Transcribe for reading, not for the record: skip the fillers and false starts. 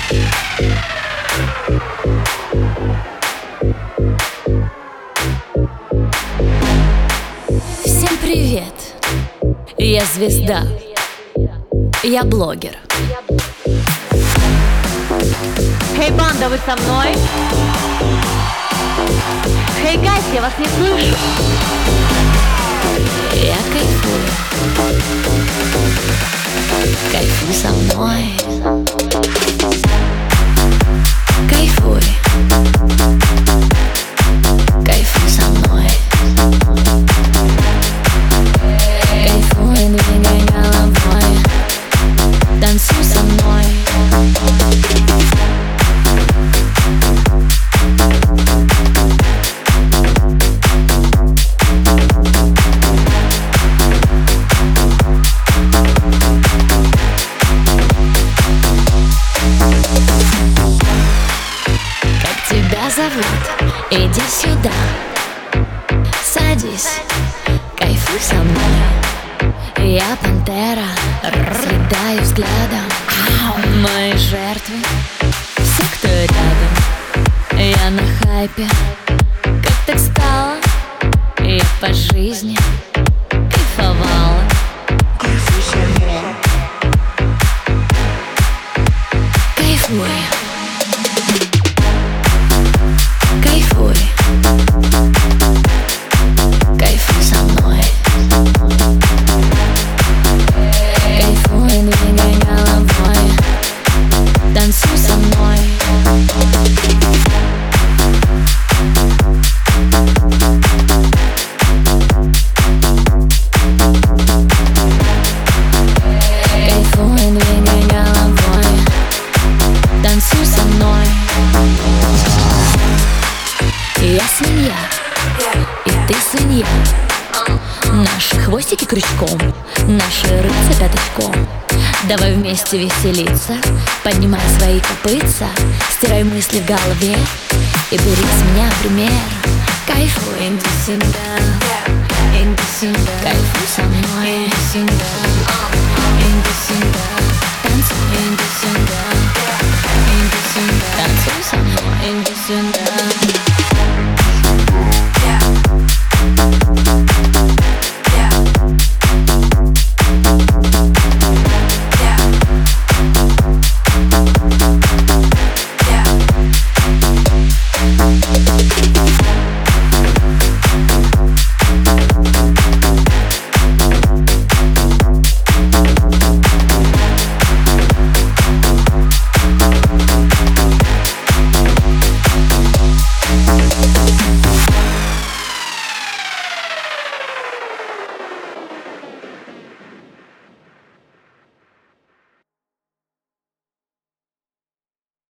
Всем привет! Я звезда. Я блогер. Хей, банда, вы со мной? Хей, гайс, я вас не слышу. Я кайфую. Кайфуй со мной. Кайфуй. Кайфуй со мной. Кайфуй, двигай головой. Танцуй со мной. Как тебя зовут? Иди сюда. Садись, кайфуй со мной. Я пантера, съедаю взглядом мои жертвы, все, кто рядом. Я на хайпе. Как так стало? Я по жизни кайфовала. Кайфуй со мной. Кайфуй. Кайфуй. Кайфуй со мной. Кайфуй, двигай головой. Танцуй со мной. Кайфуй, двигай головой. Танцуй со мной. Я свинья, и ты свинья. Наши хвостики крючком, наши рыльца пяточком. Давай вместе веселиться, поднимай свои копытца, стирай мысли в голове и бери с меня пример. Кайфуй, иди сюда, иди сюда. Кайфуй со мной, иди сюда, иди сюда.